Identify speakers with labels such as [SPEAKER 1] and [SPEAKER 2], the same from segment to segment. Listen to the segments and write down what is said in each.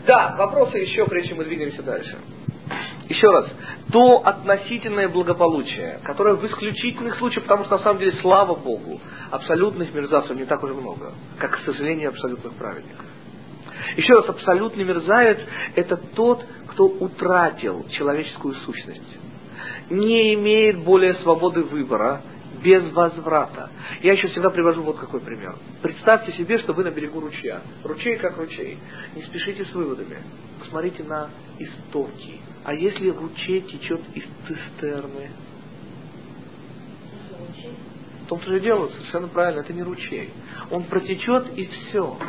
[SPEAKER 1] Да, вопросы еще, прежде чем мы двигаемся дальше. Еще раз. То относительное благополучие, которое в исключительных случаях, потому что на самом деле, слава Богу, абсолютных мерзавцев не так уже много, как, к сожалению, абсолютных праведников. Еще раз, абсолютный мерзавец – это тот, кто утратил человеческую сущность, не имеет более свободы выбора, без возврата. Я еще всегда привожу вот какой пример. Представьте себе, что вы на берегу ручья. Ручей как ручей. Не спешите с выводами. Посмотрите на истоки. А если ручей течет из цистерны? В том-то же и дело, совершенно правильно, это не ручей. Он протечет и все.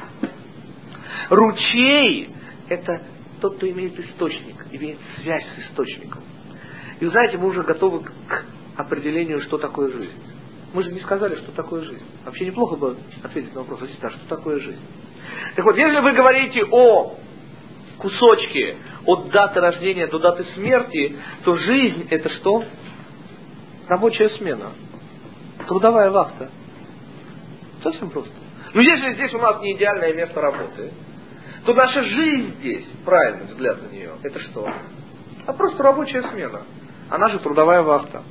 [SPEAKER 1] Ручей – это тот, кто имеет источник, имеет связь с источником. И вы знаете, мы уже готовы к определению, что такое жизнь. Мы же не сказали, что такое жизнь. Вообще неплохо бы ответить на вопрос, что такое жизнь. Так вот, если вы говорите о кусочке от даты рождения до даты смерти, то жизнь это что? Рабочая смена. Трудовая вахта. Совсем просто. Но если здесь у нас не идеальное место работы, то наша жизнь здесь, правильный взгляд на нее, это что? А просто рабочая смена. Она же трудовая вахта.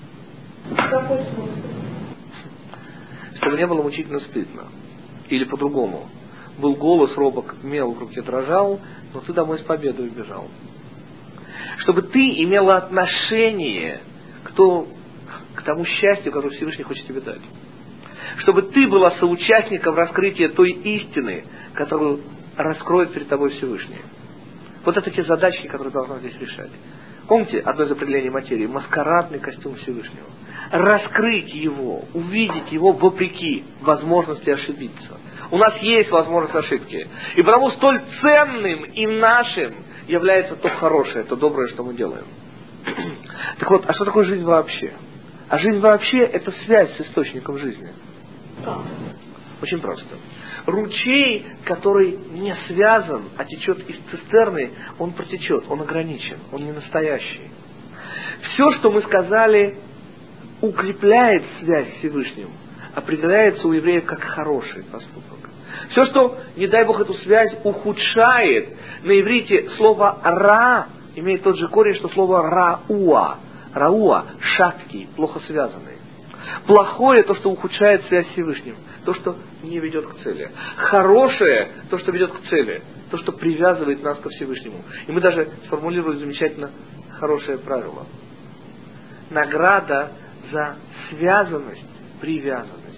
[SPEAKER 1] Чтобы не было мучительно стыдно. Или по-другому. Был голос, робок, мел в руке дрожал, но ты домой с победой убежал. Чтобы ты имела отношение к тому счастью, которое Всевышний хочет тебе дать. Чтобы ты была соучастником раскрытия той истины, которую раскроет перед тобой Всевышний. Вот это те задачки, которые должна здесь решать. Помните одно из определений материи? Маскарадный костюм Всевышнего. Раскрыть его, увидеть его вопреки возможности ошибиться. У нас есть возможность ошибки. И потому столь ценным и нашим является то хорошее, то доброе, что мы делаем. Так вот, а что такое жизнь вообще? А жизнь вообще это связь с источником жизни. Очень просто. Ручей, который не связан, а течет из цистерны, он протечет, он ограничен, он не настоящий. Все, что мы сказали, укрепляет связь с Всевышним, определяется у евреев как хороший поступок. Все, что, не дай Бог, эту связь ухудшает, на иврите слово «ра» имеет тот же корень, что слово «рауа». Рауа – шаткий, плохо связанный. Плохое – то, что ухудшает связь с Всевышним. То, что не ведет к цели. Хорошее – то, что ведет к цели. То, что привязывает нас ко Всевышнему. И мы даже сформулировали замечательно хорошее правило. Награда за связанность, привязанность.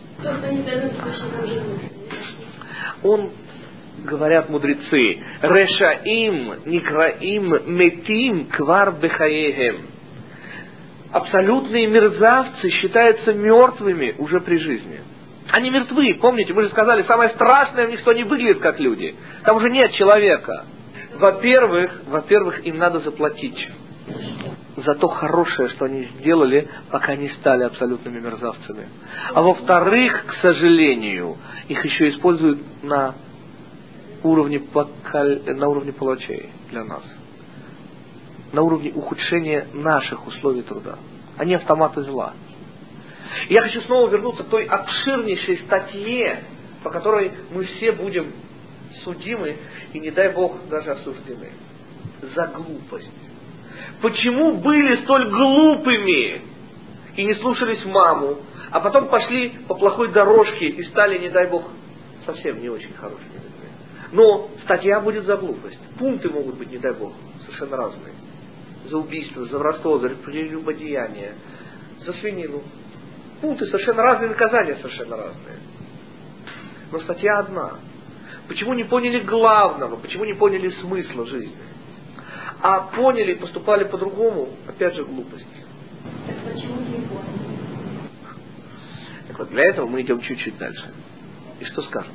[SPEAKER 1] Он, говорят мудрецы, решаим, никраим, метим, квар бехаехем. Абсолютные мерзавцы считаются мертвыми уже при жизни. Они мертвы, помните, мы же сказали, самое страшное в них, что они выглядят как люди. Там уже нет человека. Во-первых, им надо заплатить за то хорошее, что они сделали, пока не стали абсолютными мерзавцами. А во-вторых, к сожалению, их еще используют на уровне палачей для нас. На уровне ухудшения наших условий труда. Они автоматы зла. И я хочу снова вернуться к той обширнейшей статье, по которой мы все будем судимы и, не дай Бог, даже осуждены. За глупость. Почему были столь глупыми и не слушались маму, а потом пошли по плохой дорожке и стали, не дай Бог, совсем не очень хорошими людьми. Но статья будет за глупость. Пункты могут быть, не дай Бог, совершенно разные. За убийство, за воровство, за прелюбодеяние, за свинину. Пункты совершенно разные, наказания совершенно разные. Но статья одна. Почему не поняли главного, почему не поняли смысла жизни? А поняли и поступали по-другому, опять же, глупость.
[SPEAKER 2] Так почему не поняли?
[SPEAKER 1] Так вот, для этого мы идем чуть-чуть дальше. И что скажем?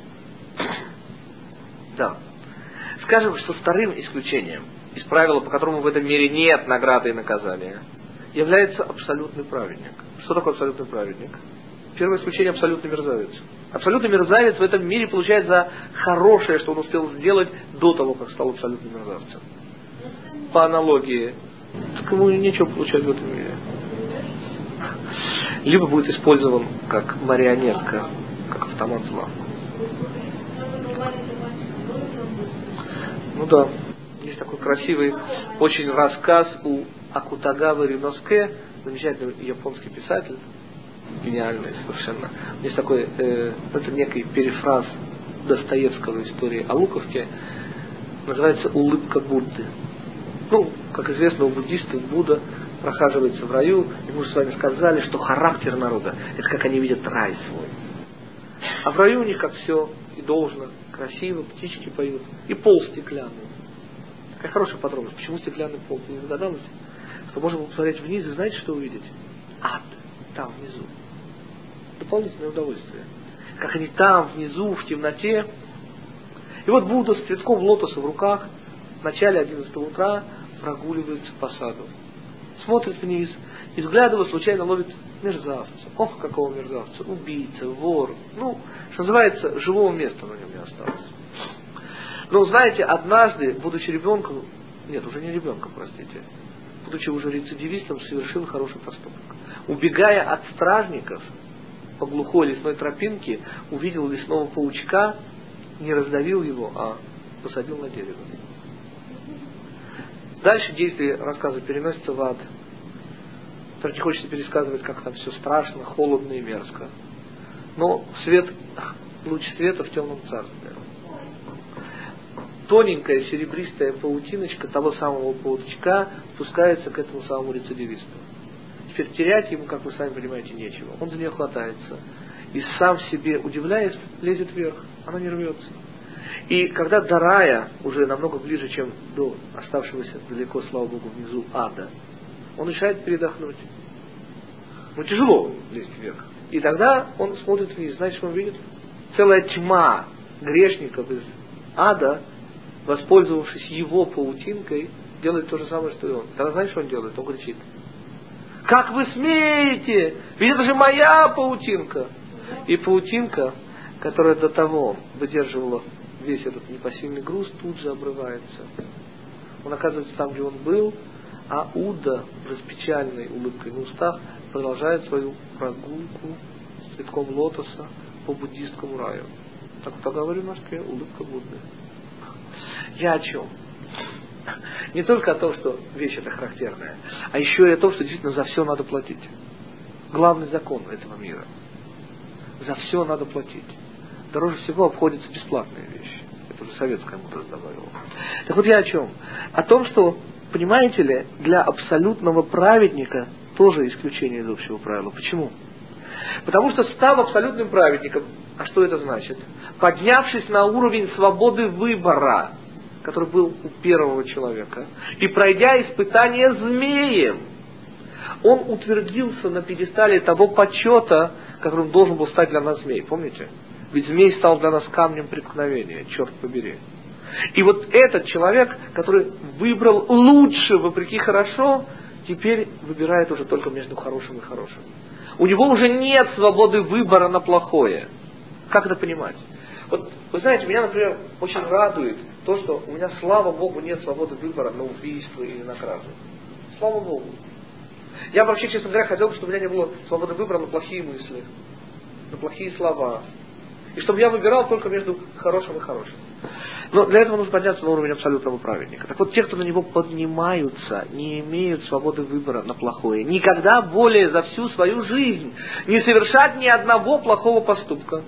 [SPEAKER 1] Да. Скажем, что вторым исключением из правила, по которому в этом мире нет награды и наказания, является абсолютный праведник. Что такое абсолютный праведник? Первое исключение – абсолютный мерзавец. Абсолютный мерзавец в этом мире получает за хорошее, что он успел сделать до того, как стал абсолютным мерзавцем. По аналогии, так ему нечего получать в этом мире. Либо будет использован как марионетка, как автомат зла. Ну да. Есть такой красивый очень рассказ у Акутагавы Риноске, замечательный японский писатель, гениальный совершенно. Есть такой, это некий перефраз Достоевского истории о Луковке, называется «Улыбка Будды». Ну, как известно, у буддистов Будда прохаживается в раю, и мы уже с вами сказали, что характер народа – это как они видят рай свой. А в раю у них как все и должно, красиво, птички поют, и пол стеклянный. Какая хорошая подробность. Почему стеклянный пол? Ты не догадалась? Что можно посмотреть вниз и знаете, что увидеть? Ад. Там внизу. Дополнительное удовольствие. Как они там внизу, в темноте. И вот Будда с цветком лотоса в руках в начале 11 утра прогуливается по саду. Смотрит вниз и, взглядывая, случайно ловит мерзавца. Ох, какого мерзавца. Убийца, вор. Ну, что называется, живого места на нем не осталось. Но, знаете, однажды, будучи ребенком, нет, уже не ребенком, простите, будучи уже рецидивистом, совершил хороший поступок. Убегая от стражников по глухой лесной тропинке, увидел лесного паучка, не раздавил его, а посадил на дерево. Дальше действие рассказа переносится в ад. Теперь не хочется пересказывать, как там все страшно, холодно и мерзко. Но луч света в темном царстве. Тоненькая серебристая паутиночка того самого паучка спускается к этому самому рецидивисту. Теперь терять ему, как вы сами понимаете, нечего. Он за нее хватается. И сам себе удивляясь, лезет вверх. Она не рвется. И когда до рая, уже намного ближе, чем до оставшегося далеко, слава Богу, внизу ада, он решает передохнуть. Ну, тяжело лезть вверх. И тогда он смотрит вниз. Знаете, что он видит? Целая тьма грешников из ада, воспользовавшись его паутинкой, делает то же самое, что и он. Тогда знаете, что он делает? Он кричит: «Как вы смеете? Ведь это же моя паутинка!» И паутинка, которая до того выдерживала весь этот непосильный груз, тут же обрывается. Он оказывается там, где он был, а Удда с печальной улыбкой на устах продолжает свою прогулку с цветком лотоса по буддистскому раю. Так вот, говорю в Москве, улыбка Будды. Я о чем? Не только о том, что вещь эта характерная, а еще и о том, что действительно за все надо платить. Главный закон этого мира. За все надо платить. Дороже всего обходятся бесплатные вещи. Это уже советская мудрость добавила. Так вот я о чем? О том, что, понимаете ли, для абсолютного праведника тоже исключение из общего правила. Почему? Потому что, став абсолютным праведником, а что это значит? Поднявшись на уровень свободы выбора, который был у первого человека, и пройдя испытание змеем, он утвердился на пьедестале того почета, которым должен был стать для нас змей. Помните? Ведь змей стал для нас камнем преткновения, черт побери. И вот этот человек, который выбрал лучше, вопреки хорошо, теперь выбирает уже только между хорошим и хорошим. У него уже нет свободы выбора на плохое. Как это понимать? Вот, вы знаете, меня, например, очень радует то, что у меня, слава Богу, нет свободы выбора на убийство или на кражу. Слава Богу. Я вообще, честно говоря, хотел бы, чтобы у меня не было свободы выбора на плохие мысли, на плохие слова. И чтобы я выбирал только между хорошим и хорошим. Но для этого нужно подняться на уровень абсолютного праведника. Так вот, те, кто на него поднимаются, не имеют свободы выбора на плохое. Никогда более за всю свою жизнь не совершат ни одного плохого поступка.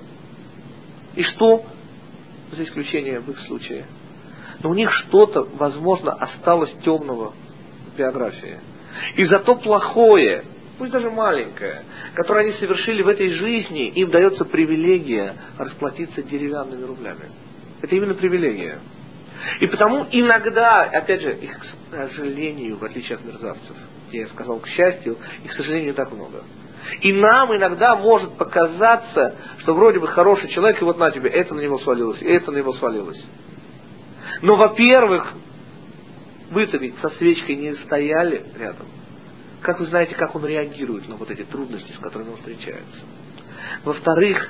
[SPEAKER 1] И что? За исключением в их случае. Но у них что-то, возможно, осталось темного в биографии. И за то плохое, пусть даже маленькое, которое они совершили в этой жизни, им дается привилегия расплатиться деревянными рублями. Это именно привилегия. И потому иногда, опять же, их, к сожалению, в отличие от мерзавцев, я сказал, к счастью, их, к сожалению, не так много. И нам иногда может показаться, что вроде бы хороший человек, и вот на тебе, это на него свалилось, и это на него свалилось. Но, во-первых, вы-то ведь со свечкой не стояли рядом. Как вы знаете, как он реагирует на вот эти трудности, с которыми он встречается? Во-вторых,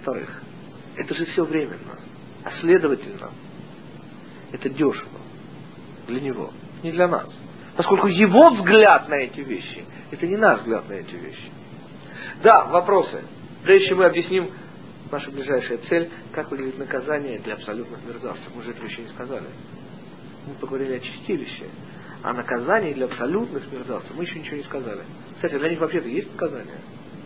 [SPEAKER 1] это же все временно. А следовательно, это дешево для него, не для нас. Поскольку его взгляд на эти вещи, это не наш взгляд на эти вещи. Да, вопросы. Прежде чем мы объясним наша ближайшая цель, как выглядит наказание для абсолютных мерзавцев. Мы же этого еще не сказали. Мы поговорили о чистилище. А наказании для абсолютных мерзавцев мы еще ничего не сказали. Кстати, для них вообще-то есть наказание?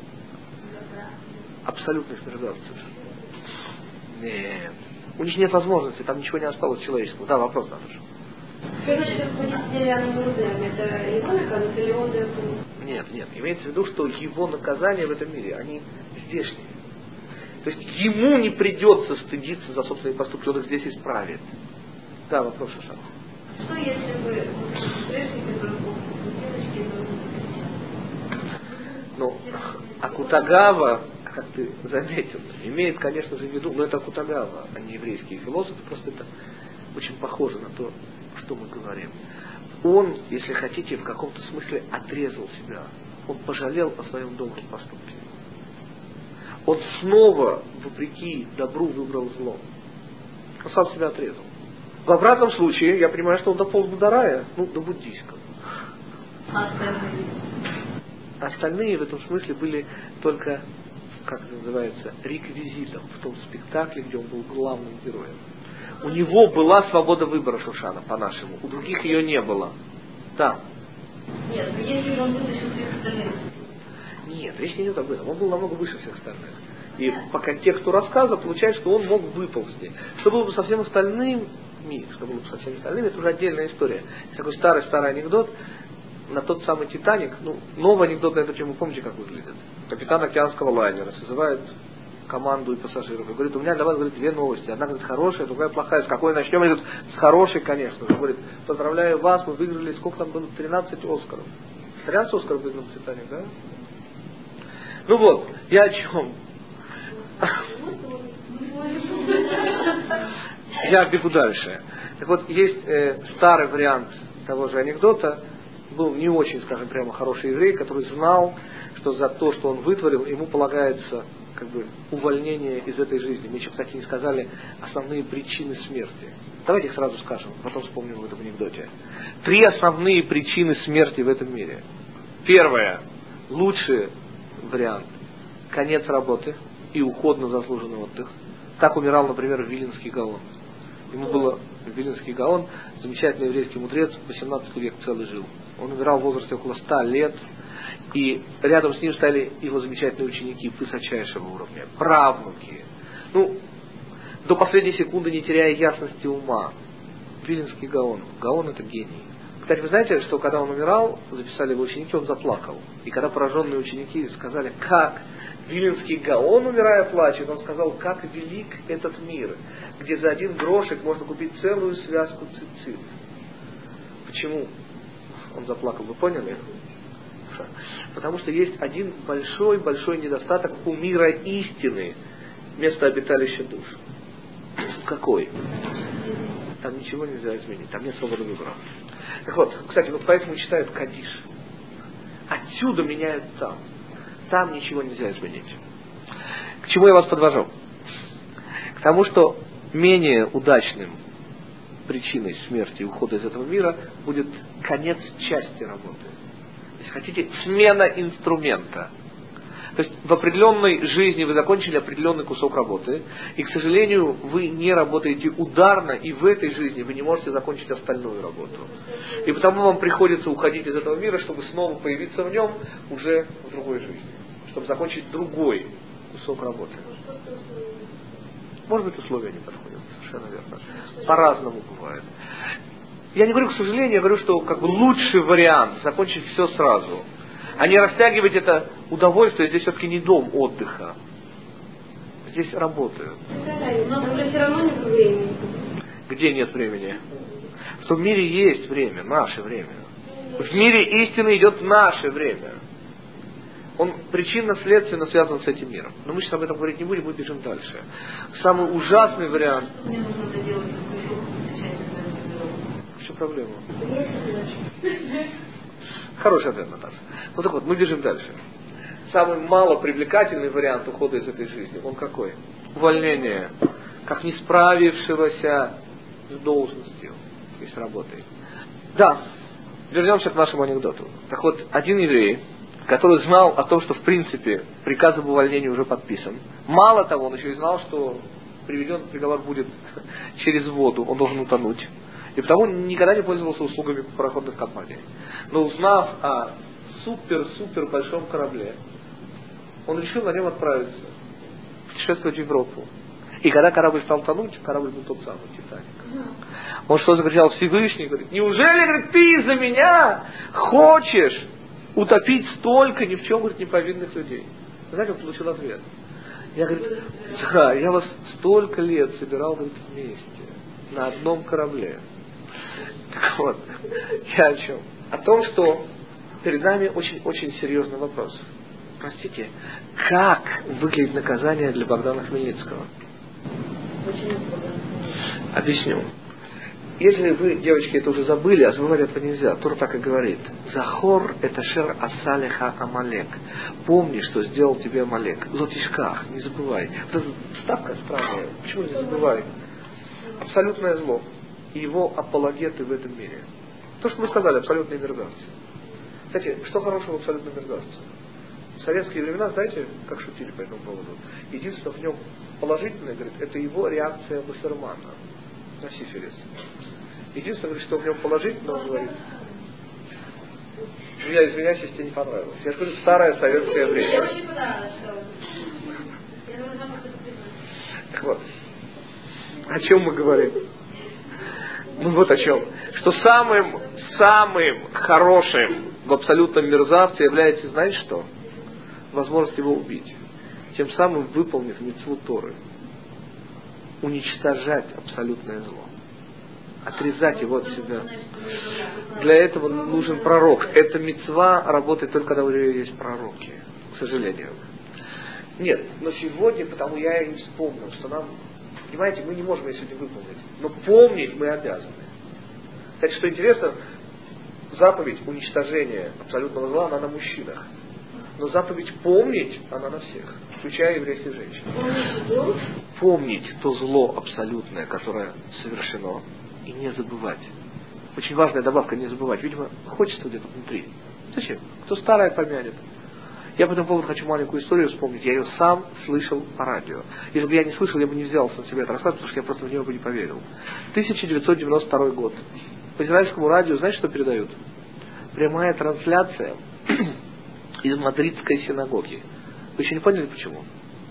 [SPEAKER 1] Абсолютных мерзавцев. Нет. У них нет возможности, там ничего не осталось человеческого. Да, вопрос, Наташа.
[SPEAKER 2] Что значит ходить с деревянными рудами? Это его наказывают или он дает?
[SPEAKER 1] Нет. Имеется в виду, что его наказания в этом мире, они здешние. То есть ему не придется стыдиться за собственные поступки, он их здесь исправит. Да, вопрос, Шаша.
[SPEAKER 2] Что если бы грешник, который был девочки,
[SPEAKER 1] Ну, Акутагава, как ты заметил, имеет, конечно же, в виду, но это Акутагава, а не еврейские философы, просто это очень похоже на то, что мы говорим. Он, если хотите, в каком-то смысле отрезал себя. Он пожалел о своем добром поступке. Он снова, вопреки добру, выбрал зло. Он сам себя отрезал. В обратном случае, я понимаю, что он дополз до рая, до буддийского. Остальные в этом смысле были только, как это называется, реквизитом в том спектакле, где он был главным героем. У него была свобода выбора, Шушана, по-нашему. У других ее не было. Да.
[SPEAKER 2] Нет, если он вытащил всех остальных.
[SPEAKER 1] Нет, речь не идет об этом. Он был намного выше всех остальных. И по контексту рассказа получается, что он мог выползти. Что было бы со всем остальным, что было бы со всеми остальными, это уже отдельная история. Есть такой старый анекдот на тот самый Титаник. Новый анекдот на эту тему, помните, как выглядит? Капитан океанского лайнера созывает команду и пассажиров. И говорит, у меня для вас, говорит, две новости. Одна, говорит, хорошая, другая плохая. С какой начнем? Говорит, с хорошей, конечно. Говорит, поздравляю вас, вы выиграли, сколько там было? 13 Оскаров. 13 Оскаров выиграл Титаник, да? Ну вот, я о чем? Я бегу дальше. Так вот, есть старый вариант того же анекдота. Был не очень, скажем прямо, хороший еврей, который знал, что за то, что он вытворил, ему полагается увольнение из этой жизни. Мы еще, кстати, не сказали основные причины смерти. Давайте их сразу скажем, потом вспомним в этом анекдоте. 3 основные причины смерти в этом мире. Первое. Лучший вариант. Конец работы и уход на заслуженный отдых. Так умирал, например, Виленский Гаон. Ему было Виленский Гаон, замечательный еврейский мудрец, 18 век целый жил. Он умирал в возрасте около 100 лет. И рядом с ним стали его замечательные ученики высочайшего уровня, правнуки. До последней секунды не теряя ясности ума. Виленский Гаон. Гаон это гений. Кстати, вы знаете, что когда он умирал, записали его ученики, он заплакал. И когда пораженные ученики сказали, как Виленский Гаон, умирая, плачет, он сказал, как велик этот мир, где за 1 грошек можно купить целую связку цицит. Почему он заплакал, вы поняли? Потому что есть один большой недостаток у мира истины, место обиталища душ. Какой? Там ничего нельзя изменить, там нет свободы выбора. Так вот, кстати, поэтому читают Кадиш. Отсюда меняют там. Там ничего нельзя изменить. К чему я вас подвожу? К тому, что менее удачным причиной смерти и ухода из этого мира будет конец части работы. Если хотите, смена инструмента. То есть в определенной жизни вы закончили определенный кусок работы, и, к сожалению, вы не работаете ударно, и в этой жизни вы не можете закончить остальную работу. И потому вам приходится уходить из этого мира, чтобы снова появиться в нем уже в другой жизни. Чтобы закончить другой кусок работы. Может быть, условия не подходят, совершенно верно. По-разному бывает. Я не говорю, к сожалению, я говорю, что лучший вариант закончить все сразу. А не растягивать это удовольствие. Здесь все-таки не дом отдыха. Здесь работают.
[SPEAKER 2] Но уже все равно нет времени.
[SPEAKER 1] Где нет времени? В том мире есть время, наше время. В мире истины идет наше время. Он причинно-следственно связан с этим миром. Но мы сейчас об этом говорить не будем, мы бежим дальше. Самый ужасный вариант.
[SPEAKER 2] Мне нужно это делать,
[SPEAKER 1] В чем проблема? Хороший ответ, Наташа. Так вот, мы бежим дальше. Самый малопривлекательный вариант ухода из этой жизни, он какой? Увольнение. Как не справившегося с должностью и с работой. Да, вернемся к нашему анекдоту. Так вот, один еврей, который знал о том, что в принципе приказ об увольнении уже подписан. Мало того, он еще и знал, что приведен приговор будет через воду, он должен утонуть. И потому никогда не пользовался услугами пароходных компаний. Но узнав о супер-супер большом корабле, он решил на нем отправиться, путешествовать в Европу. И когда корабль стал тонуть, корабль был тот самый Титаник. Он что закричал? Всевышний, говорит, неужели, говорит, ты из-за меня хочешь утопить столько ни в чем, говорит, неповинных людей? Знаете, он получил ответ. Я, говорит, да, я вас столько лет собирал, говорит, вместе, на одном корабле. Так вот, я о чем? О том, что перед нами очень-очень серьезный вопрос. Простите, как выглядит наказание для Богдана Хмельницкого? Объясню. Если вы, девочки, это уже забыли, а забывать этого нельзя, Тора так и говорит. Захор это шер асалиха Амалек. Помни, что сделал тебе Амалек. Лотишках, не забывай. Вот эта ставка странная. Почему не забывай? Абсолютное зло. И его апологеты в этом мире. То, что мы сказали, абсолютные мерзавцы. Кстати, что хорошего в абсолютном мерзавце? В советские времена, знаете, как шутили по этому поводу? Единственное в нем положительное, говорит, это его реакция Басермана на сифилис. Единственное, говорит, что в нем положительно, он говорит, я извиняюсь, если тебе не понравилось. Я же говорю, старое советское время. Так вот, о чем мы говорим? Ну вот о чем. Что самым хорошим в абсолютном мерзавце является, знаете что? Возможность его убить. Тем самым выполнив мицву Торы. Уничтожать абсолютное зло. Отрезать его от себя. Для этого нужен пророк. Эта мицва работает только когда у него есть пророки. К сожалению. Нет, но сегодня, потому я и не вспомнил, что нам, понимаете, мы не можем ее сегодня выполнить. Но помнить мы обязаны. Кстати, что интересно, заповедь уничтожения абсолютного зла, она на мужчинах. Но заповедь помнить, она на всех, включая еврейских женщин. Помнить то зло абсолютное, которое совершено, и не забывать. Очень важная добавка, не забывать. Видимо, хочется где-то внутри. Зачем? Кто старое помянет. Я по этому поводу хочу маленькую историю вспомнить. Я ее сам слышал по радио. Если бы я не слышал, я бы не взялся на себя это рассказывать, потому что я просто в него бы не поверил. 1992 год. По израильскому радио, знаете, что передают? Прямая трансляция из Мадридской синагоги. Вы еще не поняли, почему?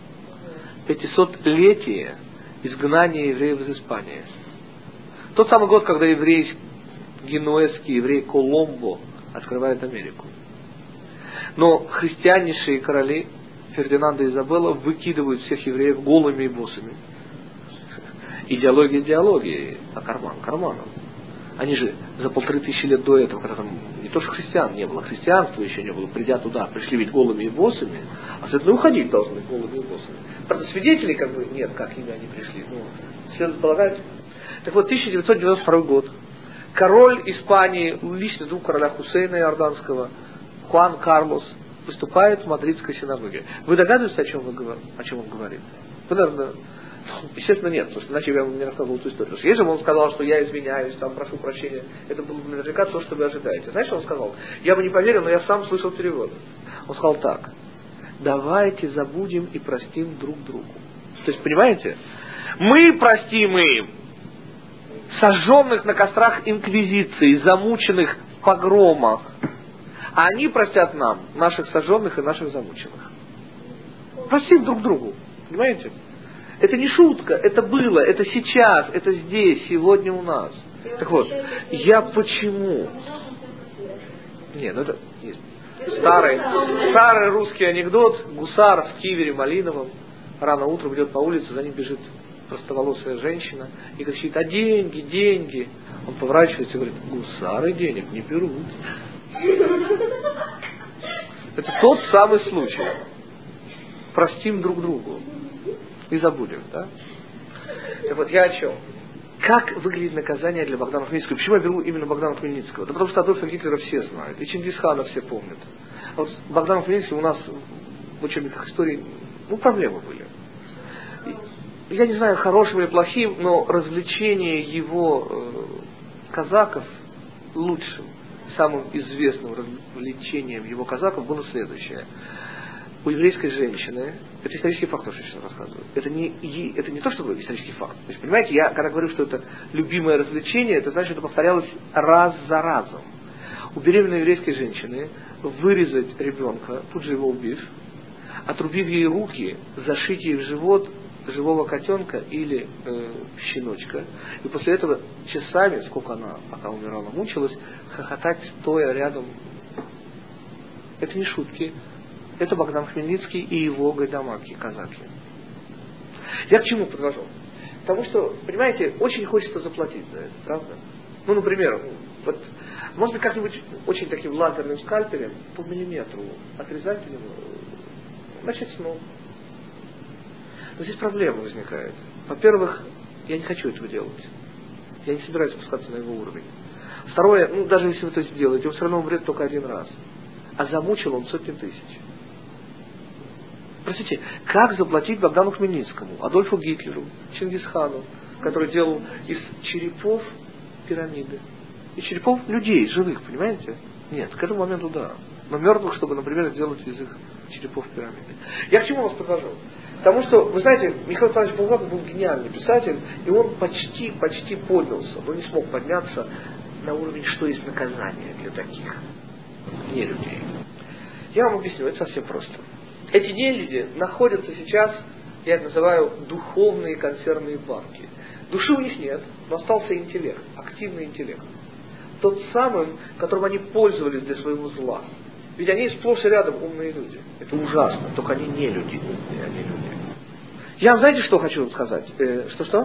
[SPEAKER 1] 500-летие изгнания евреев из Испании. Тот самый год, когда еврей генуэзский, еврей Коломбо открывает Америку. Но христианнейшие короли Фердинанда и Изабелла выкидывают всех евреев голыми и босыми. Идеология идеологии, а карман карманом. Они же за 1500 лет до этого, когда там не то что христиан не было, христианства еще не было, придя туда, пришли ведь голыми и босыми, а следовательно уходить должны голыми и босыми. Правда, свидетелей как бы нет, как ими они пришли. Но следует полагать. Так вот, 1992 год. Король Испании, лично друг короля Хусейна Иорданского, Хуан Карлос, выступает в Мадридской синагоге. Вы догадываетесь, о чем он говорит? Вы, наверное, естественно, нет, потому что иначе я вам не рассказывал эту историю. Если бы он сказал, что я извиняюсь, там, прошу прощения, это было бы наверняка то, что вы ожидаете. Знаете, что он сказал? Я бы не поверил, но я сам слышал перевод. Он сказал так: давайте забудем и простим друг другу. То есть, понимаете, мы простим им сожженных на кострах инквизиции, замученных в погромах, а они простят нам наших сожженных и наших замученных. Простим друг другу. Понимаете? Это не шутка, это было, это сейчас, это здесь, сегодня у нас. Так вот, я почему? Нет, ну это есть. Старый русский анекдот. Гусар в кивере малиновом рано утром идет по улице, за ним бежит простоволосая женщина и кричит: а деньги, деньги. Он поворачивается и говорит: гусары денег не берут. Это тот самый случай. Простим друг другу. И забудем, да? Так вот, я о чем? Как выглядит наказание для Богдана Хмельницкого? Почему я беру именно Богдана Хмельницкого? Да потому что Адольфа Гитлера все знают. И Чингисхана все помнят. А вот с Богданом Хмельницким у нас в учебниках истории, проблемы были. Я не знаю, хорошим или плохим, но развлечение его казаков лучшим, самым известным развлечением его казаков было следующее. у еврейской женщины, это исторический факт, то, что я сейчас рассказываю, это не то, что исторический факт. То есть, понимаете, я когда говорю, что это любимое развлечение, это значит, что это повторялось раз за разом. У беременной еврейской женщины вырезать ребенка, тут же его убив, отрубив ей руки, зашить ей в живот живого котенка или щеночка, и после этого часами, сколько она пока умирала, мучилась, хохотать, стоя рядом. Это не шутки. Это Богдан Хмельницкий и его гайдамаки, казаки. Я к чему подвожу? Потому что, понимаете, очень хочется заплатить за это, правда? Ну, например, вот, может быть, как-нибудь очень таким лазерным скальпелем по миллиметру отрезать ему, начать снова. Но здесь проблема возникает. Во-первых, я не хочу этого делать. Я не собираюсь спускаться на его уровень. Второе, даже если вы это сделаете, он все равно умрет только один раз. А замучил он сотни тысяч. Простите, как заплатить Богдану Хмельницкому, Адольфу Гитлеру, Чингисхану, который делал из черепов пирамиды? Из черепов людей, живых, понимаете? Нет, к этому моменту да. Но мертвых, чтобы, например, сделать из их черепов пирамиды. Я к чему вас подвожу? Потому что, вы знаете, Михаил Александрович Булгаков был гениальный писатель, и он почти поднялся, но не смог подняться на уровень, что есть наказание для таких нелюдей. Я вам объясню, это совсем просто. Эти нелюди находятся сейчас, я их называю, духовные консервные банки. Души у них нет, но остался интеллект, активный интеллект. Тот самый, которым они пользовались для своего зла. Ведь они сплошь и рядом умные люди. Это ужасно, только они не люди умные, они люди. Я вам знаете, что хочу вам сказать? Что?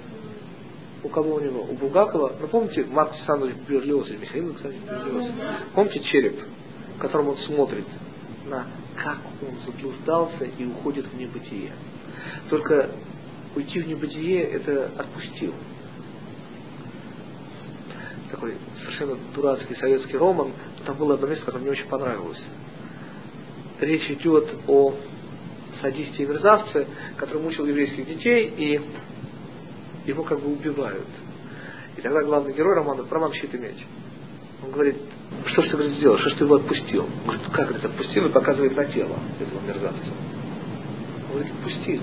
[SPEAKER 1] У кого у него? У Булгакова. Ну, помните, Марк Александрович Берлиоз, или Михаил, кстати, Берлиоз. Помните череп, которым он смотрит на как он заблуждался и уходит в небытие. Только уйти в небытие — это отпустил. Такой совершенно дурацкий советский роман. Там было одно место, которое мне очень понравилось. Речь идет о садисте и мерзавце, который мучил еврейских детей, и его как бы убивают. И тогда главный герой романа, Роман «Щит и меч», он говорит: что ж ты, говорит, сделал, что ж ты его отпустил? Он говорит: как, говорит, отпустил, и показывает на тело этого мерзавца. Он говорит: отпустил.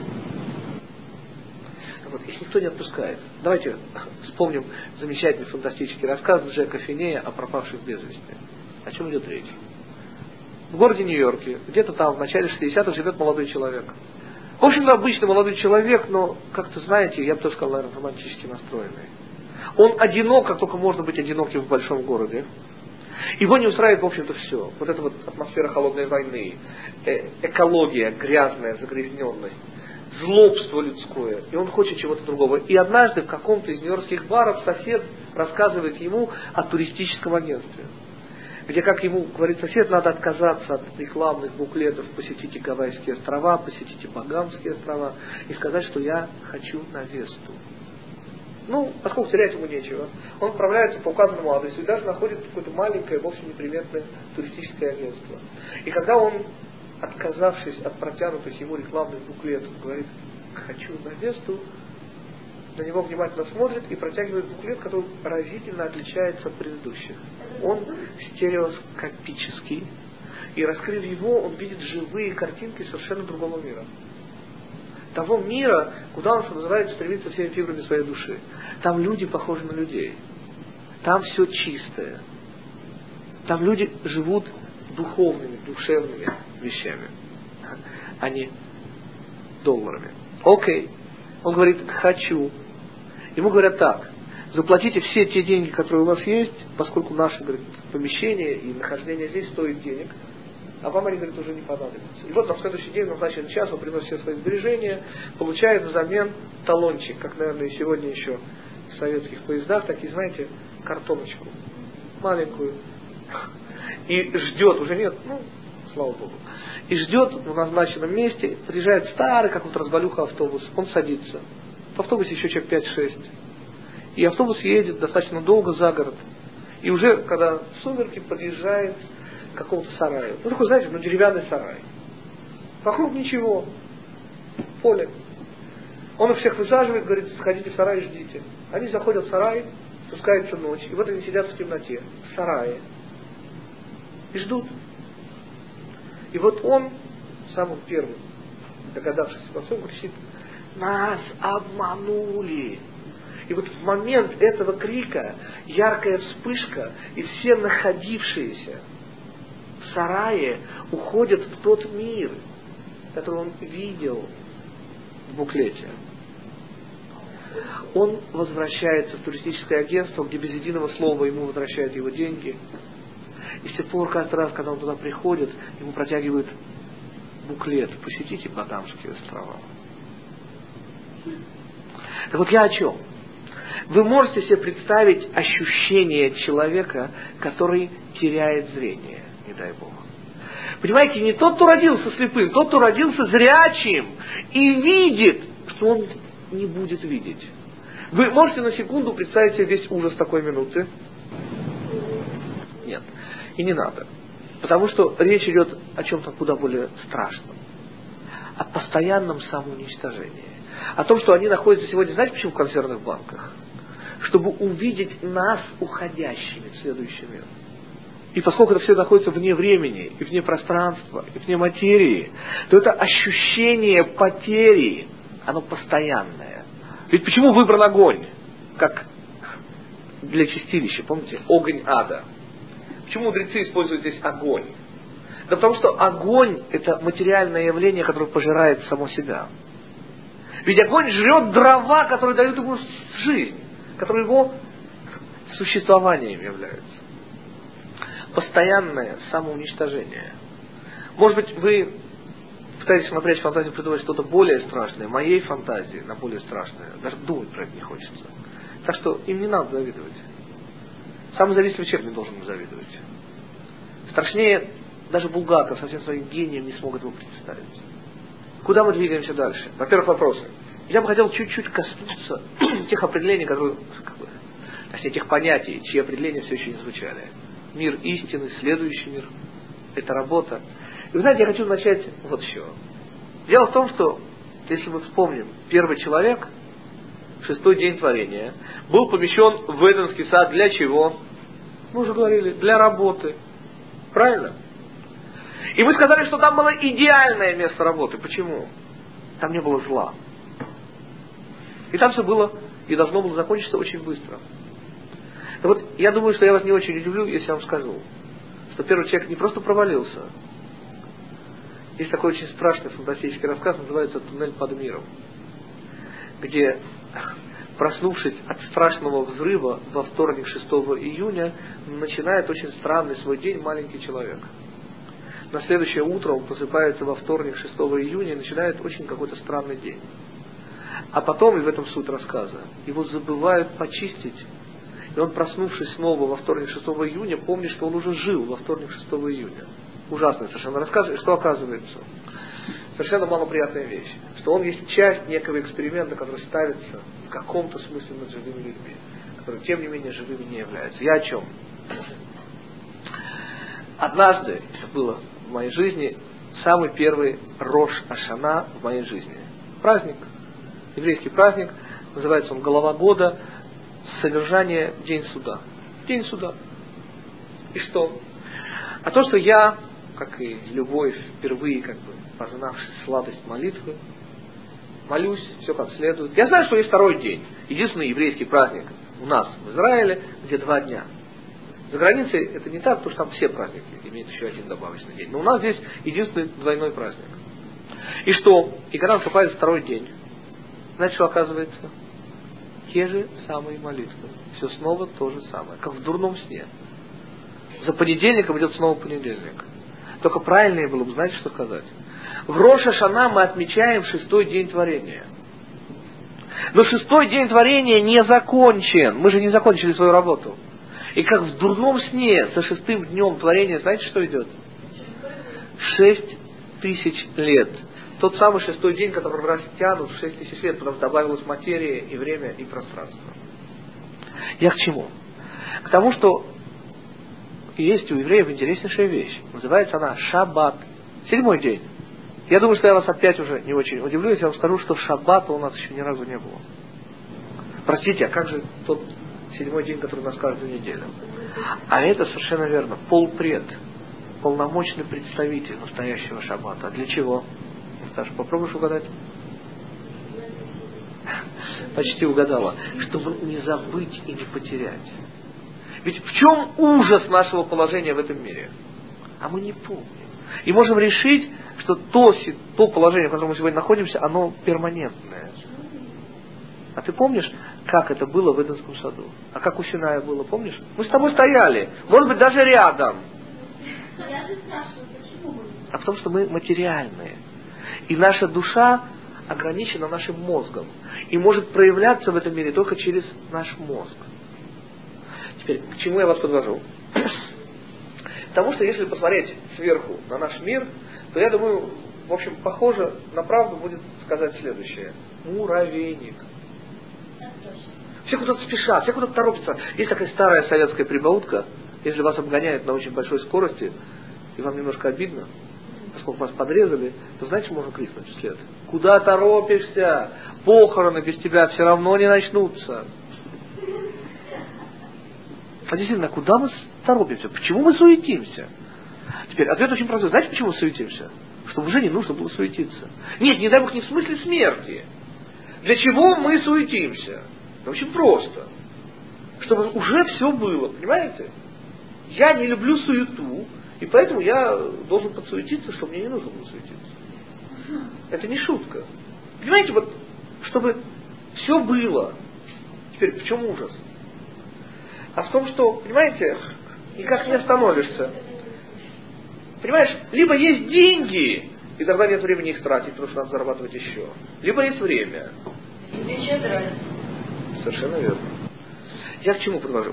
[SPEAKER 1] Вот, их никто не отпускает. Давайте вспомним замечательный фантастический рассказ Джека Финея о пропавших без вести. О чем идет речь? В городе Нью-Йорке, где-то там в начале 60-х живет молодой человек. В общем-то, обычный молодой человек, но, как-то, знаете, я бы тоже сказал, наверное, романтически настроенный. Он одинок, как только можно быть одиноким в большом городе. Его не устраивает, в общем-то, все. Вот эта вот атмосфера холодной войны, экология грязная, загрязненность, злобство людское. И он хочет чего-то другого. И однажды в каком-то из нью-йоркских баров сосед рассказывает ему о туристическом агентстве. Где, как ему говорит сосед, надо отказаться от рекламных буклетов: посетите Гавайские острова, посетите Багамские острова, и сказать, что я хочу на Весту. Ну, поскольку терять ему нечего, он отправляется по указанному адресу и даже находит какое-то маленькое, вовсе неприметное туристическое агентство. И когда он, отказавшись от протянутых ему рекламных буклетов, говорит: хочу на Весту, на него внимательно смотрит и протягивает буклет, который разительно отличается от предыдущих. Он стереоскопический, и, раскрыв его, он видит живые картинки совершенно другого мира. Того мира, куда он, что называется, стремится всеми фибрами своей души. Там люди похожи на людей. Там все чистое. Там люди живут духовными, душевными вещами, а не долларами. Окей. Он говорит: хочу. Ему говорят так: заплатите все те деньги, которые у вас есть, поскольку наше, говорит, помещение и нахождение здесь стоит денег, а вам они, говорит, уже не понадобятся. И вот на следующий день, в назначенный час, он приносит все свои сбережения, получает взамен талончик, как, наверное, и сегодня еще в советских поездах, такие, знаете, картоночку маленькую. И ждет, уже нет, слава Богу, и ждет в назначенном месте, приезжает старый какой-то развалюха автобус, он садится. В автобусе еще человек 5-6. И автобус едет достаточно долго за город. И уже, когда сумерки, подъезжает к какому-то сараю. Ну, такой, знаете, деревянный сарай. Вокруг ничего. Поле. Он их всех высаживает, говорит: сходите в сарай и ждите. Они заходят в сарай, спускается ночь, и вот они сидят в темноте, в сарае. И ждут. И вот он самым первым, догадавшись обо всем, кричит: нас обманули. И вот в момент этого крика яркая вспышка, и все находившиеся в сарае уходят в тот мир, который он видел в буклете. Он возвращается в туристическое агентство, где без единого слова ему возвращают его деньги. И с тех пор, каждый раз, когда он туда приходит, ему протягивают буклет: посетите Батамские острова. Так вот я о чем? Вы можете себе представить ощущение человека, который теряет зрение, не дай Бог. Понимаете, не тот, кто родился слепым, тот, кто родился зрячим и видит, что он не будет видеть. Вы можете на секунду представить себе весь ужас такой минуты? Нет. И не надо. Потому что речь идет о чем-то куда более страшном. О постоянном самоуничтожении. О том, что они находятся сегодня, знаете, почему в консервных банках? Чтобы увидеть нас уходящими в следующий мир. И поскольку это все находится вне времени, и вне пространства, и вне материи, то это ощущение потери, оно постоянное. Ведь почему выбран огонь? Как для чистилища, помните? Огонь ада. Почему мудрецы используют здесь огонь? Да потому что огонь – это материальное явление, которое пожирает само себя. Ведь огонь жрет дрова, которые дают ему жизнь, которые его существованием являются. Постоянное самоуничтожение. Может быть, вы пытаетесь напрячь фантазию, придумать что-то более страшное. Моей фантазии на более страшное даже думать про это не хочется. Так что им не надо завидовать. Самый завистливый человек не должен им завидовать. Страшнее даже Булгаков со всем своим гением не смог этого представить. Куда мы двигаемся дальше? Во-первых, вопросы. Я бы хотел чуть-чуть коснуться тех определений, которые, точнее, тех понятий, чьи определения все еще не звучали. Мир истины, следующий мир. Это работа. И вы знаете, я хочу начать вот с чего. Дело в том, что, если мы вспомним, первый человек, шестой день творения, был помещен в Эденский сад для чего? Мы уже говорили, для работы. Правильно? И мы сказали, что там было идеальное место работы. Почему? Там не было зла. И там все было и должно было закончиться очень быстро. И вот я думаю, что я вас не очень удивлю, если я вам скажу, что первый человек не просто провалился. Есть такой очень страшный фантастический рассказ, называется «Туннель под миром», где, проснувшись от страшного взрыва во вторник 6 июня, начинает очень странный свой день маленький человек. На следующее утро он просыпается во вторник 6 июня и начинает очень какой-то странный день. А потом, и в этом суть рассказа, его забывают почистить. И он, проснувшись снова во вторник 6 июня, помнит, что он уже жил во вторник 6 июня. Ужасный совершенно рассказ. И что оказывается? Совершенно малоприятная вещь. Что он есть часть некого эксперимента, который ставится в каком-то смысле над живыми людьми, которые, тем не менее, живыми не являются. Я о чем? Однажды, это было в моей жизни, самый первый Рош Ашана в моей жизни. Праздник, еврейский праздник, называется он «Голова года», содержание «День суда». День суда. И что? А то, что я, как и любой впервые познавший сладость молитвы, молюсь, все как следует. Я знаю, что есть второй день, единственный еврейский праздник у нас в Израиле, где 2 дня. За границей это не так, потому что там все праздники имеют еще один добавочный день. Но у нас здесь единственный двойной праздник. И что? И когда наступает второй день, знаете, что оказывается? Те же самые молитвы. Все снова то же самое, как в дурном сне. За понедельником идет снова понедельник. Только правильнее было бы, знаете, что сказать? В Рош Ашана мы отмечаем 6-й день творения. Но 6-й день творения не закончен. Мы же не закончили свою работу. И как в дурном сне со 6-м днем творения, знаете, что идет? 6000 лет. Тот самый 6-й день, который растянут в 6000 лет, потому что добавилась материя и время и пространство. Я к чему? К тому, что есть у евреев интереснейшая вещь. Называется она Шаббат. 7-й день. Я думаю, что я вас опять уже не очень удивлю, если я вам скажу, что Шаббата у нас еще ни разу не было. Простите, а как же тот 7-й день, который у нас каждую неделю? А это совершенно верно. Полпред. полномочный представитель настоящего шаббата. А для чего? Саша, попробуешь угадать? Почти угадала. Чтобы не забыть и не потерять. Ведь в чем ужас нашего положения в этом мире? А мы не помним. И можем решить, что то положение, в котором мы сегодня находимся, оно перманентное. А ты помнишь, как это было в Эдемском саду? А как у Синая было, помнишь? Мы с тобой стояли, может быть, даже рядом.
[SPEAKER 2] Я же спрашиваю, почему мы?
[SPEAKER 1] А в том, что мы материальные. И наша душа ограничена нашим мозгом. И может проявляться в этом мире только через наш мозг. Теперь, к чему я вас подвожу? Потому что если посмотреть сверху на наш мир, то я думаю, в общем, похоже на правду будет сказать следующее. Муравейник. Все куда-то спешат, все куда-то торопятся. Есть такая старая советская прибаутка, если вас обгоняют на очень большой скорости, и вам немножко обидно, поскольку вас подрезали, то знаете, что можно крикнуть вслед? Куда торопишься? Похороны без тебя все равно не начнутся. А действительно, куда мы торопимся? Почему мы суетимся? Теперь, ответ очень простой. Знаете, почему мы суетимся? Чтобы уже не нужно было суетиться. Нет, не дай Бог, не в смысле смерти. Для чего мы суетимся? Это очень просто. Чтобы уже все было, понимаете? Я не люблю суету, и поэтому я должен подсуетиться, чтобы мне не нужно было суетиться. Это не шутка. Понимаете, вот, чтобы все было. Теперь, в чем ужас? А в том, что, понимаете, никак не остановишься. Понимаешь, либо есть деньги, и тогда нет времени их тратить, потому что надо зарабатывать еще. Либо есть время. Совершенно верно. Я к чему подвожу?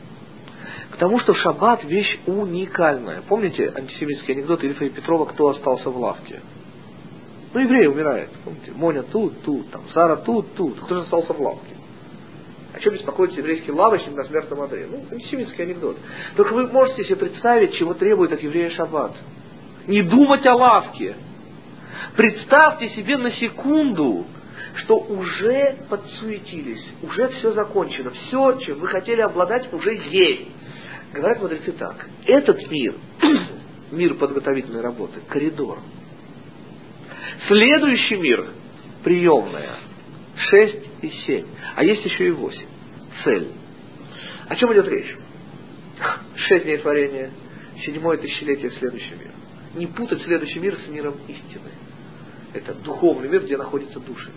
[SPEAKER 1] К тому, что шаббат вещь уникальная. Помните антисемитский анекдот Ильфа и Петрова, кто остался в лавке? Ну, еврей умирает. Помните? Моня тут, там, Сара тут. Кто же остался в лавке? О чем беспокоится еврейский лавочник на смертном одре? Ну, антисемитский анекдот. Только вы можете себе представить, чего требует от еврея шаббат. Не думать о лавке. Представьте себе на секунду, что уже подсуетились, уже все закончено, все, чем вы хотели обладать, уже есть. Говорят мудрецы так. Этот мир, мир подготовительной работы, коридор. Следующий мир, приемная, 6 и 7. А есть еще и 8. Цель. О чем идет речь? 6 дней творения, 7-е тысячелетие следующий мир. Не путать следующий мир с миром истины. Это духовный мир, где находятся души.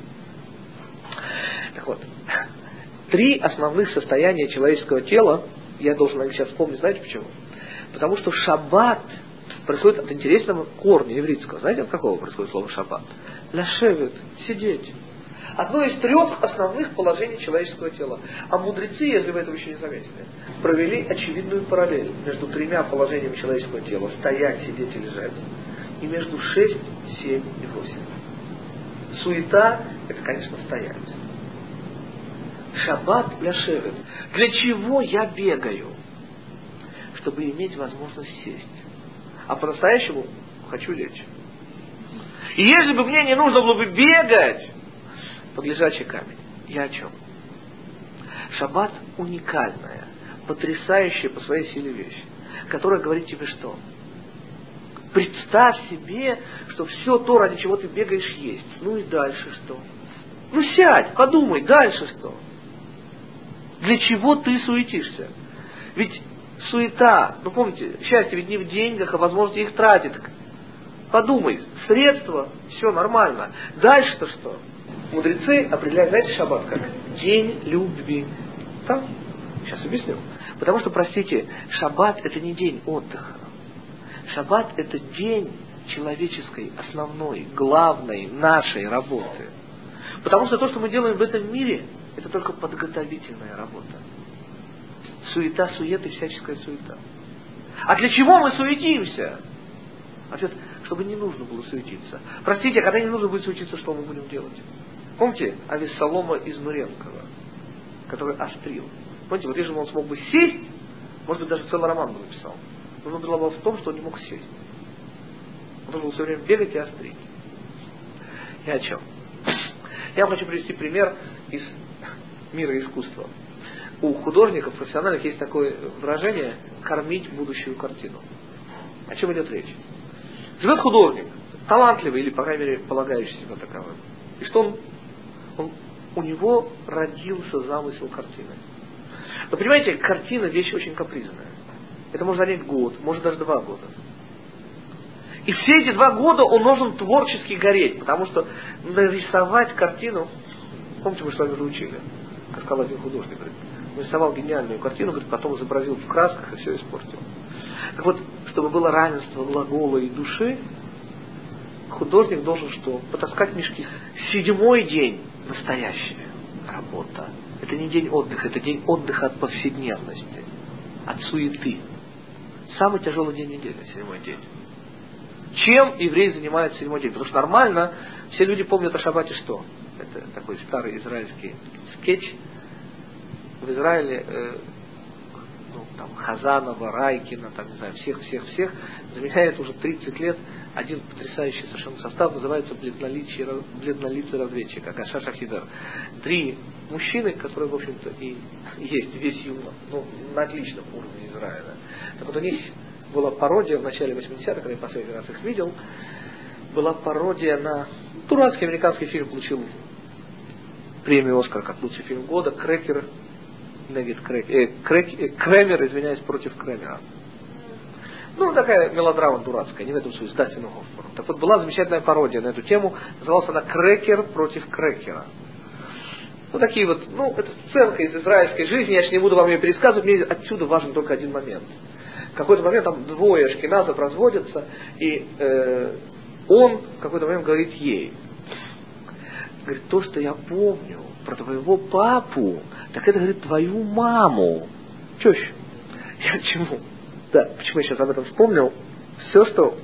[SPEAKER 1] Так вот, 3 основных состояния человеческого тела, я должен сейчас вспомнить, знаете почему? Потому что шаббат происходит от интересного корня еврейского. Знаете, от какого происходит слово шаббат? Ляшевет, сидеть. Одно из 3 основных положений человеческого тела. А мудрецы, если вы этого еще не заметили, провели очевидную параллель между 3 положениями человеческого тела. Стоять, сидеть и лежать. И между 6, 7 и 8. Суета – это, конечно, стоять. Шаббат ляшевет. Для чего я бегаю? Чтобы иметь возможность сесть. А по-настоящему хочу лечь. И если бы мне не нужно было бы бегать под лежачий камень, я о чем? Шаббат уникальная, потрясающая по своей силе вещь, которая говорит тебе что? Представь себе, что все то, ради чего ты бегаешь, есть. Ну и дальше что? Ну сядь, подумай, дальше что? Для чего ты суетишься? Ведь суета, ну помните, счастье ведь не в деньгах, а возможности их тратить. Подумай, средства, все нормально. Дальше-то что? Мудрецы определяют, знаете, шаббат как? День любви. Да? Сейчас объясню. Потому что, простите, шаббат это не день отдыха. Шаббат это день человеческой, основной, главной нашей работы. Потому что то, что мы делаем в этом мире, это только подготовительная работа. Суета, суета и всяческая суета. А для чего мы суетимся? Ответ, чтобы не нужно было суетиться. Простите, а когда не нужно будет суетиться, что мы будем делать? Помните Авессалома из Нуренкова, который острил? Помните, вот если бы он смог бы сесть, может быть, даже целый роман бы написал. Но нужно было в том, что он не мог сесть. Он должен был все время бегать и острить. И о чем? Я вам хочу привести пример из мира искусства. У художников профессиональных есть такое выражение «кормить будущую картину». О чем идет речь? Живет художник, талантливый или, по крайней мере, полагающий себя таковым. И что у него родился замысел картины. Вы понимаете, картина вещь очень капризная. Это может занять год, может даже 2 года. И все эти 2 года он должен творчески гореть, потому что нарисовать картину, помните, мы с вами уже учили, как сказал один художник, говорит, нарисовал гениальную картину, говорит, потом изобразил в красках и все испортил. Так вот, чтобы было равенство глагола и души, художник должен что? Потаскать мешки. 7-й день настоящая работа. Это не день отдыха, это день отдыха от повседневности, от суеты. Самый тяжелый день недели, 7-й день. Чем еврей занимается 7-й день? Потому что нормально все люди помнят о шаббате что? Это такой старый израильский скетч. В Израиле там, Хазанова, Райкина, там, не знаю, всех заменяет уже 30 лет один потрясающий совершенно состав, называется бледнолицый разведчик, Агаша Шахидар. 3 мужчины, которые, в общем-то, и есть весь юмор, на отличном уровне Израиля. Так вот, у них была пародия в начале 80-х, когда я последний раз их видел, была пародия на дурацкий американский фильм, получил премию «Оскар» как лучший фильм года, Крэмер, извиняюсь, против Крэмера. Такая мелодрама дурацкая, не в этом смысле, с Дастином Хоффманом. Так вот, была замечательная пародия на эту тему, называлась она «Крекер против Крекера». Такие вот, это сценка из израильской жизни, я же не буду вам ее пересказывать, мне отсюда важен только один момент. В какой-то момент там 2 ашкеназов разводятся, и он в какой-то момент говорит ей, говорит, то, что я помню про твоего папу, так это, говорит, твою маму. Тещу. Я к чему? Да, почему я сейчас об этом вспомнил? Все, что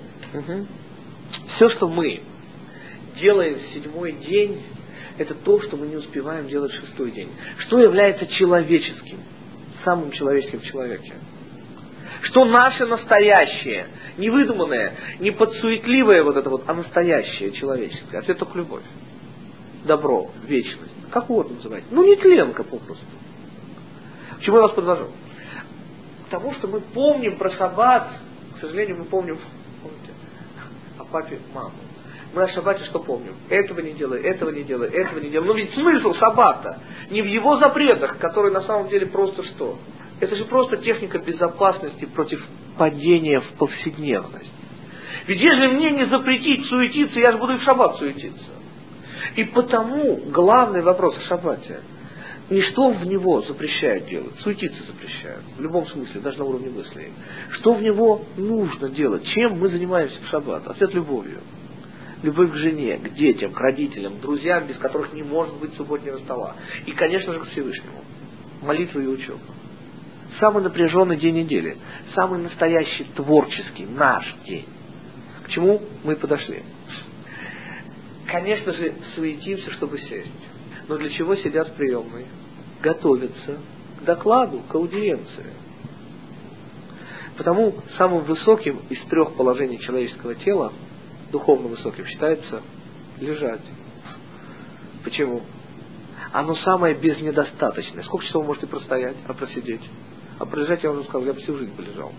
[SPEAKER 1] мы делаем в 7-й день, это то, что мы не успеваем делать в 6-й день. Что является человеческим, самым человеческим в человеке? Что наше настоящее, не выдуманное, не подсуетливое а настоящее человеческое. Ответ только любовь. Добро, вечность. Как угодно называть. Нетленка попросту. К чему я вас подвожу? К тому, что мы помним про шаббат, к сожалению, мы помните, о папе, маму. Мы о шаббате что помним? Этого не делай, этого не делай, этого не делай. Но ведь смысл шаббата не в его запретах, которые на самом деле просто что? Это же просто техника безопасности против падения в повседневность. Ведь если мне не запретить суетиться, я же буду и в шаббат суетиться. И потому главный вопрос о шаббате. Не что в него запрещают делать, суетиться запрещают. В любом смысле, даже на уровне мыслей. Что в него нужно делать? Чем мы занимаемся в шаббат? Ответ любовью. Любовь к жене, к детям, к родителям, к друзьям, без которых не может быть субботнего стола. И, конечно же, к Всевышнему. Молитва и учеба. Самый напряженный день недели. Самый настоящий, творческий, наш день. К чему мы подошли? Конечно же, суетимся, чтобы сесть. Но для чего сидят в приемной? Готовятся к докладу, к аудиенции. Потому самым высоким из 3 положений человеческого тела, духовно высоким, считается лежать. Почему? Оно самое безнедостаточное. Сколько часов вы можете простоять, а просидеть? А пролежать, я уже сказал, я бы всю жизнь полежал.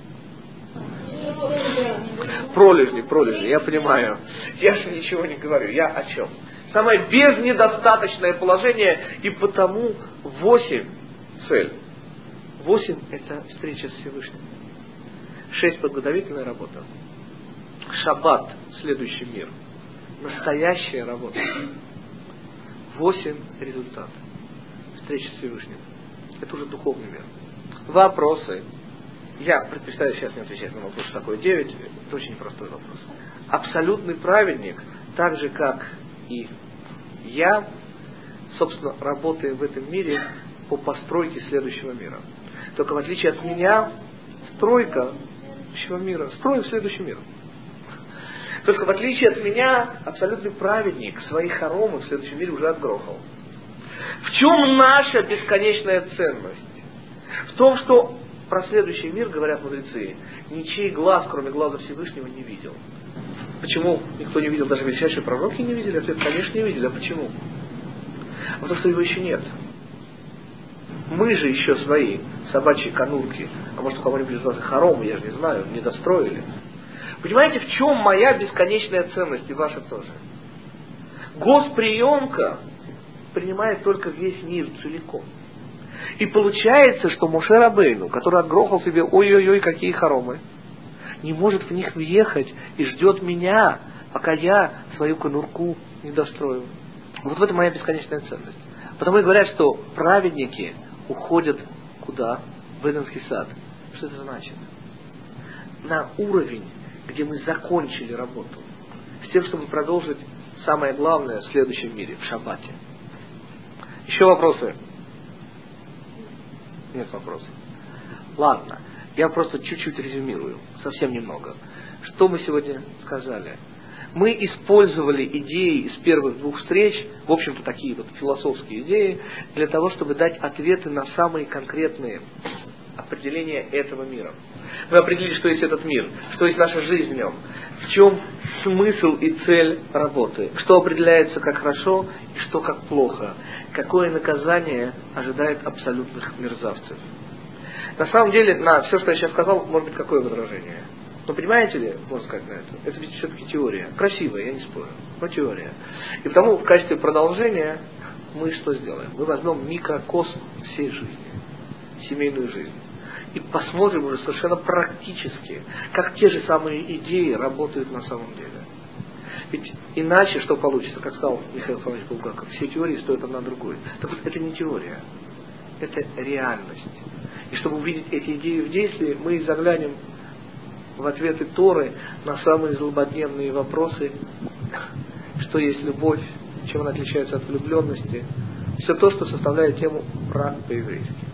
[SPEAKER 1] Пролежни, я понимаю. Я же ничего не говорю. Я о чем? Самое безнедостаточное положение, и потому 8 цель. 8 это встреча с Всевышним. 6 подготовительная работа. Шаббат, следующий мир. Настоящая работа. 8 результат. Встреча с Всевышним. Это уже духовный мир. Вопросы. Я предпочитаю сейчас не отвечать на вопрос, что такое 9. Это очень простой вопрос. Абсолютный праведник, так же как и я, собственно, работаем в этом мире по постройке следующего мира. Только в отличие от меня, стройка следующего мира, строим следующий мир. Только в отличие от меня, абсолютный праведник свои хоромы в следующем мире уже отгрохал. В чем наша бесконечная ценность? В том, что про следующий мир, говорят мудрецы, ничей глаз, кроме глаза Всевышнего, не видел. Почему никто не видел, даже величайшие пророки не видели? Ответ, конечно, не видели. А почему? Потому что его еще нет. Мы же еще свои собачьи конурки, а может у кого-нибудь из вас и хоромы, я же не знаю, не достроили. Понимаете, в чем моя бесконечная ценность и ваша тоже? Госприемка принимает только весь мир целиком. И получается, что Моше Рабейну, который отгрохал себе ой-ой-ой, какие хоромы, не может в них въехать и ждет меня, пока я свою конурку не дострою. Вот в этом моя бесконечная ценность. Потому и говорят, что праведники уходят куда? В Эдемский сад. Что это значит? На уровень, где мы закончили работу. С тем, чтобы продолжить самое главное в следующем мире, в шаббате. Еще вопросы? Нет вопросов. Ладно, я просто чуть-чуть резюмирую, совсем немного. Что мы сегодня сказали? Мы использовали идеи из первых двух встреч, в общем-то такие вот философские идеи, для того, чтобы дать ответы на самые конкретные определения этого мира. Мы определили, что есть этот мир, что есть наша жизнь в нем, в чем смысл и цель работы, что определяется как хорошо и что как плохо, какое наказание ожидает абсолютных мерзавцев. На самом деле, на все, что я сейчас сказал, может быть какое возражение. Но понимаете ли, можно сказать на это, это ведь все-таки теория. Красивая, я не спорю, но теория. И потому в качестве продолжения мы что сделаем? Мы возьмем микрокосм всей жизни, семейную жизнь. И посмотрим уже совершенно практически, как те же самые идеи работают на самом деле. Ведь иначе что получится, как сказал Михаил Фомич Булгаков, все теории стоят одна другой. Так вот, это не теория, это реальность. И чтобы увидеть эти идеи в действии, мы заглянем в ответы Торы на самые злободневные вопросы, что есть любовь, чем она отличается от влюбленности, все то, что составляет тему брак по-еврейски.